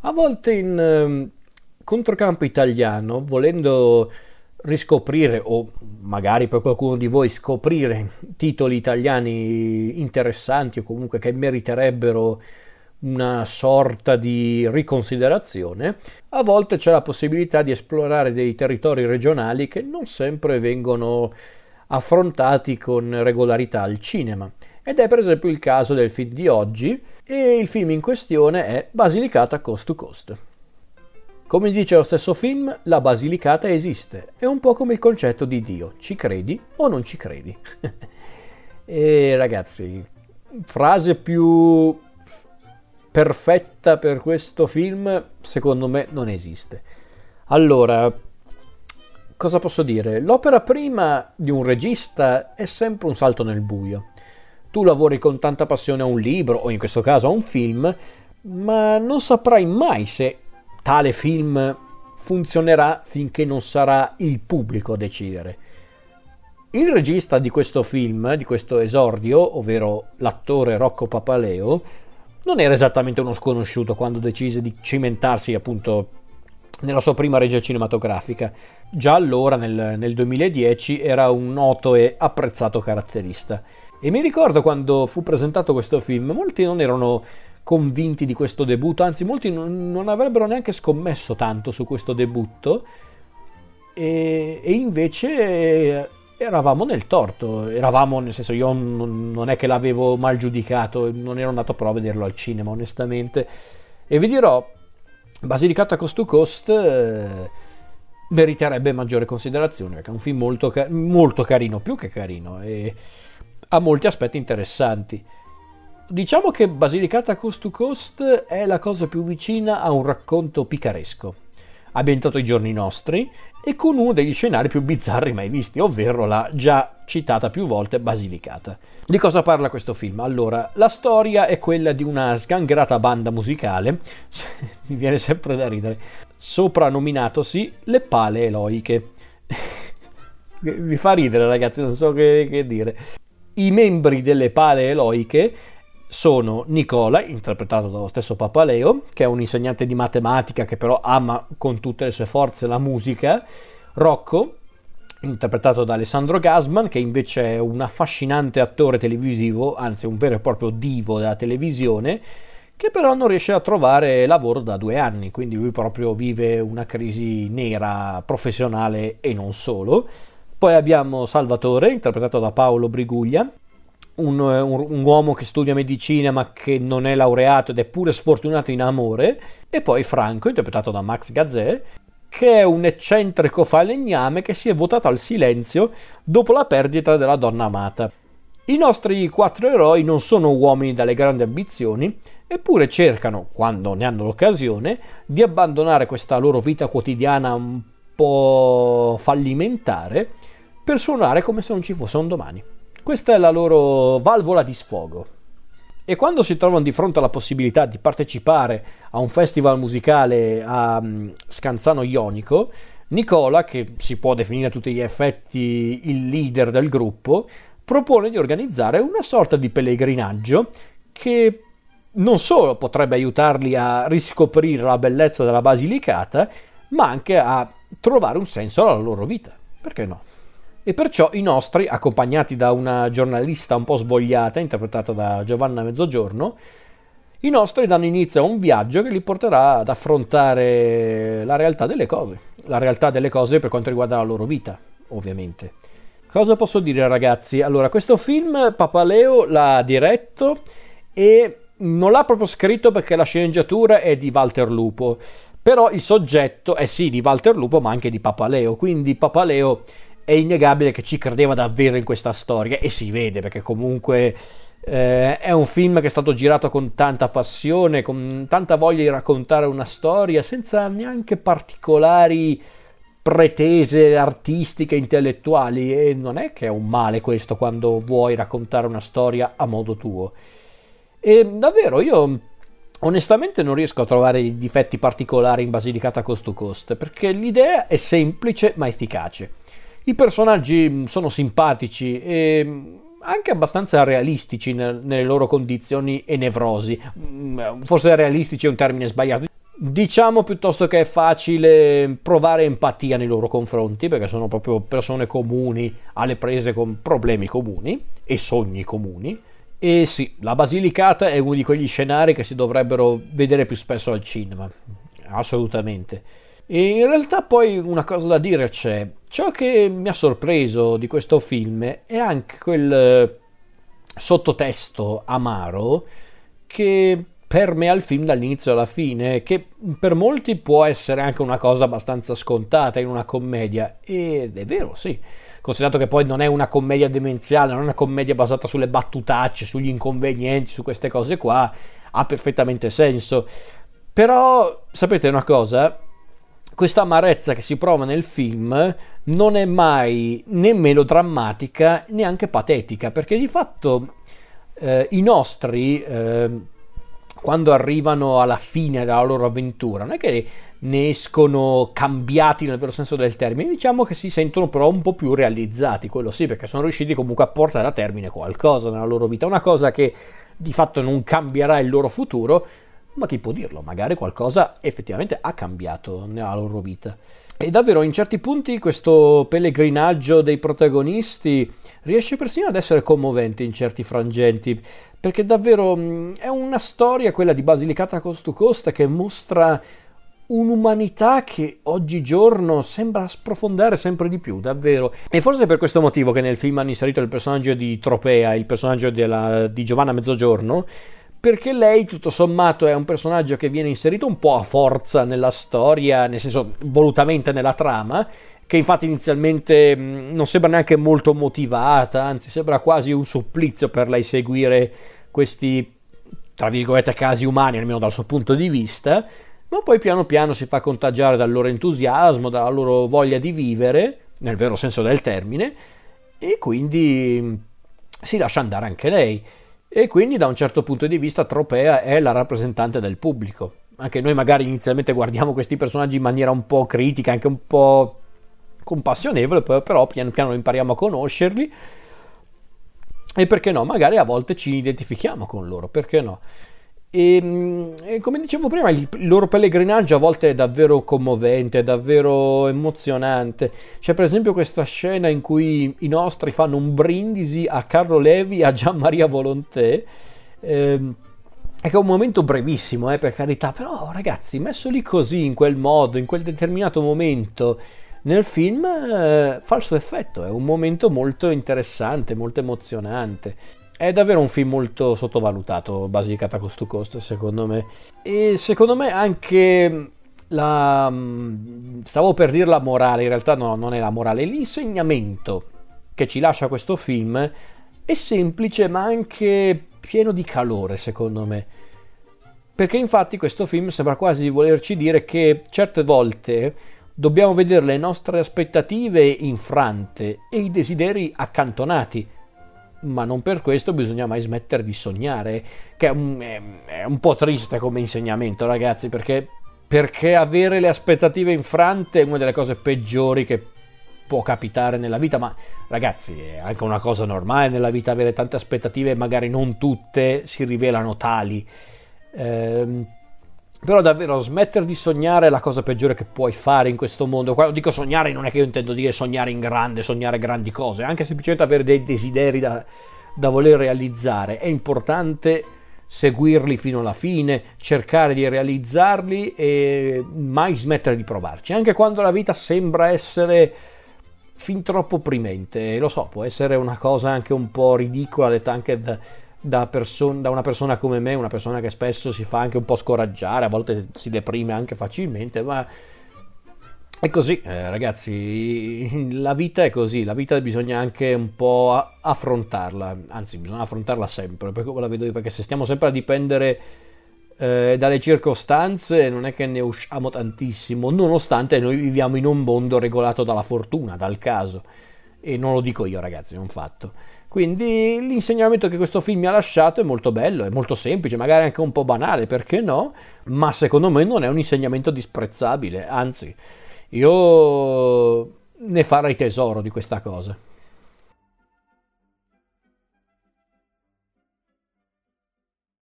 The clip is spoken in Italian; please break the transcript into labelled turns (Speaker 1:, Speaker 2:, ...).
Speaker 1: A volte in controcampo italiano, volendo riscoprire o magari per qualcuno di voi scoprire titoli italiani interessanti o comunque che meriterebbero una sorta di riconsiderazione, a volte c'è la possibilità di esplorare dei territori regionali che non sempre vengono affrontati con regolarità al cinema. Ed è per esempio il caso del film di oggi, e il film in questione è Basilicata Coast to Coast. Come dice lo stesso film, la Basilicata esiste, è un po' come il concetto di Dio, ci credi o non ci credi? E ragazzi, frase più perfetta per questo film secondo me non esiste. Allora, cosa posso dire? L'opera prima di un regista è sempre un salto nel buio. Tu lavori con tanta passione a un libro, o in questo caso a un film, ma non saprai mai se tale film funzionerà finché non sarà il pubblico a decidere. Il regista di questo film, di questo esordio, ovvero l'attore Rocco Papaleo, non era esattamente uno sconosciuto quando decise di cimentarsi appunto nella sua prima regia cinematografica. Già allora, nel 2010, era un noto e apprezzato caratterista. E mi ricordo quando fu presentato questo film, molti non erano convinti di questo debutto, anzi molti non avrebbero neanche scommesso tanto su questo debutto, e invece eravamo nel torto, eravamo nel senso, io non è che l'avevo mal giudicato, non ero andato però a vederlo al cinema onestamente, e vi dirò, Basilicata Coast to Coast meriterebbe maggiore considerazione perché è un film molto carino, più che carino, e ha molti aspetti interessanti. Diciamo che Basilicata Coast to Coast è la cosa più vicina a un racconto picaresco, ambientato ai giorni nostri e con uno degli scenari più bizzarri mai visti, ovvero la già citata più volte Basilicata. Di cosa parla questo film? Allora, la storia è quella di una sgangherata banda musicale, mi viene sempre da ridere, soprannominatosi le Pale Eloiche. Mi fa ridere ragazzi, non so che dire. I membri delle Pale Eloiche sono Nicola, interpretato dallo stesso Papaleo, che è un insegnante di matematica che però ama con tutte le sue forze la musica, Rocco, interpretato da Alessandro Gasman, che invece è un affascinante attore televisivo, anzi un vero e proprio divo della televisione, che però non riesce a trovare lavoro da 2 anni, quindi lui proprio vive una crisi nera professionale e non solo. Poi abbiamo Salvatore, interpretato da Paolo Briguglia, un uomo che studia medicina ma che non è laureato ed è pure sfortunato in amore, e poi Franco, interpretato da Max Gazzè, che è un eccentrico falegname che si è votato al silenzio dopo la perdita della donna amata. I nostri 4 eroi non sono uomini dalle grandi ambizioni, eppure cercano, quando ne hanno l'occasione, di abbandonare questa loro vita quotidiana un po' fallimentare per suonare come se non ci fosse un domani. Questa è la loro valvola di sfogo. E quando si trovano di fronte alla possibilità di partecipare a un festival musicale a Scanzano Jonico, Nicola, che si può definire a tutti gli effetti il leader del gruppo, propone di organizzare una sorta di pellegrinaggio che non solo potrebbe aiutarli a riscoprire la bellezza della Basilicata, ma anche a trovare un senso alla loro vita. Perché no? E perciò i nostri, accompagnati da una giornalista un po' svogliata, interpretata da Giovanna Mezzogiorno, i nostri danno inizio a un viaggio che li porterà ad affrontare la realtà delle cose per quanto riguarda la loro vita, ovviamente. Cosa posso dire ragazzi? Allora, questo film Papaleo l'ha diretto e non l'ha proprio scritto perché la sceneggiatura è di Walter Lupo, però il soggetto è sì di Walter Lupo ma anche di Papaleo, quindi Papaleo è innegabile che ci credeva davvero in questa storia, e si vede perché comunque è un film che è stato girato con tanta passione, con tanta voglia di raccontare una storia senza neanche particolari pretese artistiche, intellettuali, e non è che è un male questo quando vuoi raccontare una storia a modo tuo. E davvero io onestamente non riesco a trovare difetti particolari in Basilicata Coast to Coast, perché l'idea è semplice ma efficace. I personaggi sono simpatici e anche abbastanza realistici nelle loro condizioni e nevrosi. Forse realistici è un termine sbagliato, Diciamo piuttosto che è facile provare empatia nei loro confronti, perché sono proprio persone comuni alle prese con problemi comuni e sogni comuni. E sì, la Basilicata è uno di quegli scenari che si dovrebbero vedere più spesso al cinema, assolutamente. E in realtà poi una cosa da dire c'è. Ciò che mi ha sorpreso di questo film è anche quel sottotesto amaro che permea il film dall'inizio alla fine, che per molti può essere anche una cosa abbastanza scontata in una commedia, ed è vero, sì, considerato che poi non è una commedia demenziale, non è una commedia basata sulle battutacce, sugli inconvenienti, su queste cose qua, ha perfettamente senso. Però, sapete una cosa? Questa amarezza che si prova nel film non è mai né melodrammatica, neanche patetica, perché di fatto i nostri, quando arrivano alla fine della loro avventura, non è che ne escono cambiati nel vero senso del termine, diciamo che si sentono però un po' più realizzati, quello sì, perché sono riusciti comunque a portare a termine qualcosa nella loro vita, una cosa che di fatto non cambierà il loro futuro, ma chi può dirlo, magari qualcosa effettivamente ha cambiato nella loro vita. E davvero in certi punti questo pellegrinaggio dei protagonisti riesce persino ad essere commovente in certi frangenti, perché davvero è una storia, quella di Basilicata Coast to Coast, che mostra un'umanità che oggigiorno sembra sprofondare sempre di più, davvero. E forse è per questo motivo che nel film hanno inserito il personaggio di Tropea, il personaggio di Giovanna Mezzogiorno, perché lei tutto sommato è un personaggio che viene inserito un po' a forza nella storia, nel senso volutamente nella trama, che infatti inizialmente non sembra neanche molto motivata, anzi sembra quasi un supplizio per lei seguire questi, tra virgolette, casi umani, almeno dal suo punto di vista, ma poi piano piano si fa contagiare dal loro entusiasmo, dalla loro voglia di vivere, nel vero senso del termine, e quindi si lascia andare anche lei. E quindi da un certo punto di vista Tropea è la rappresentante del pubblico. Anche noi magari inizialmente guardiamo questi personaggi in maniera un po' critica, anche un po' compassionevole, però piano piano impariamo a conoscerli e perché no, magari a volte ci identifichiamo con loro, perché no? E come dicevo prima, il loro pellegrinaggio a volte è davvero commovente, è davvero emozionante. C'è per esempio questa scena in cui i nostri fanno un brindisi a Carlo Levi e a Gianmaria Volonté, che è un momento brevissimo, per carità, però ragazzi, messo lì così, in quel modo, in quel determinato momento nel film, fa il suo effetto, è un momento molto interessante, molto emozionante. È davvero un film molto sottovalutato, Basilicata Coast to Coast, secondo me. E secondo me anche stavo per dire la morale, in realtà no, non è la morale, l'insegnamento che ci lascia questo film è semplice ma anche pieno di calore, secondo me. Perché infatti questo film sembra quasi volerci dire che certe volte dobbiamo vedere le nostre aspettative infrante e i desideri accantonati, ma non per questo bisogna mai smettere di sognare, che è un po' triste come insegnamento, ragazzi, perché avere le aspettative infrante è una delle cose peggiori che può capitare nella vita, ma ragazzi è anche una cosa normale nella vita avere tante aspettative e magari non tutte si rivelano tali. Però davvero smettere di sognare è la cosa peggiore che puoi fare in questo mondo. Quando dico sognare non è che io intendo dire sognare in grande, sognare grandi cose, anche semplicemente avere dei desideri da voler realizzare. È importante seguirli fino alla fine, cercare di realizzarli e mai smettere di provarci, anche quando la vita sembra essere fin troppo opprimente. Lo so, può essere una cosa anche un po' ridicola, detta anche da una persona come me, una persona che spesso si fa anche un po' scoraggiare, a volte si deprime anche facilmente, ma è così, ragazzi, la vita è così, la vita bisogna anche un po' affrontarla, anzi bisogna affrontarla sempre, perché la vedo io, perché se stiamo sempre a dipendere dalle circostanze non è che ne usciamo tantissimo, nonostante noi viviamo in un mondo regolato dalla fortuna, dal caso, e non lo dico io, ragazzi, è un fatto. Quindi l'insegnamento che questo film mi ha lasciato è molto bello, è molto semplice, magari anche un po' banale, perché no? Ma secondo me non è un insegnamento disprezzabile, anzi, io ne farei tesoro di questa cosa.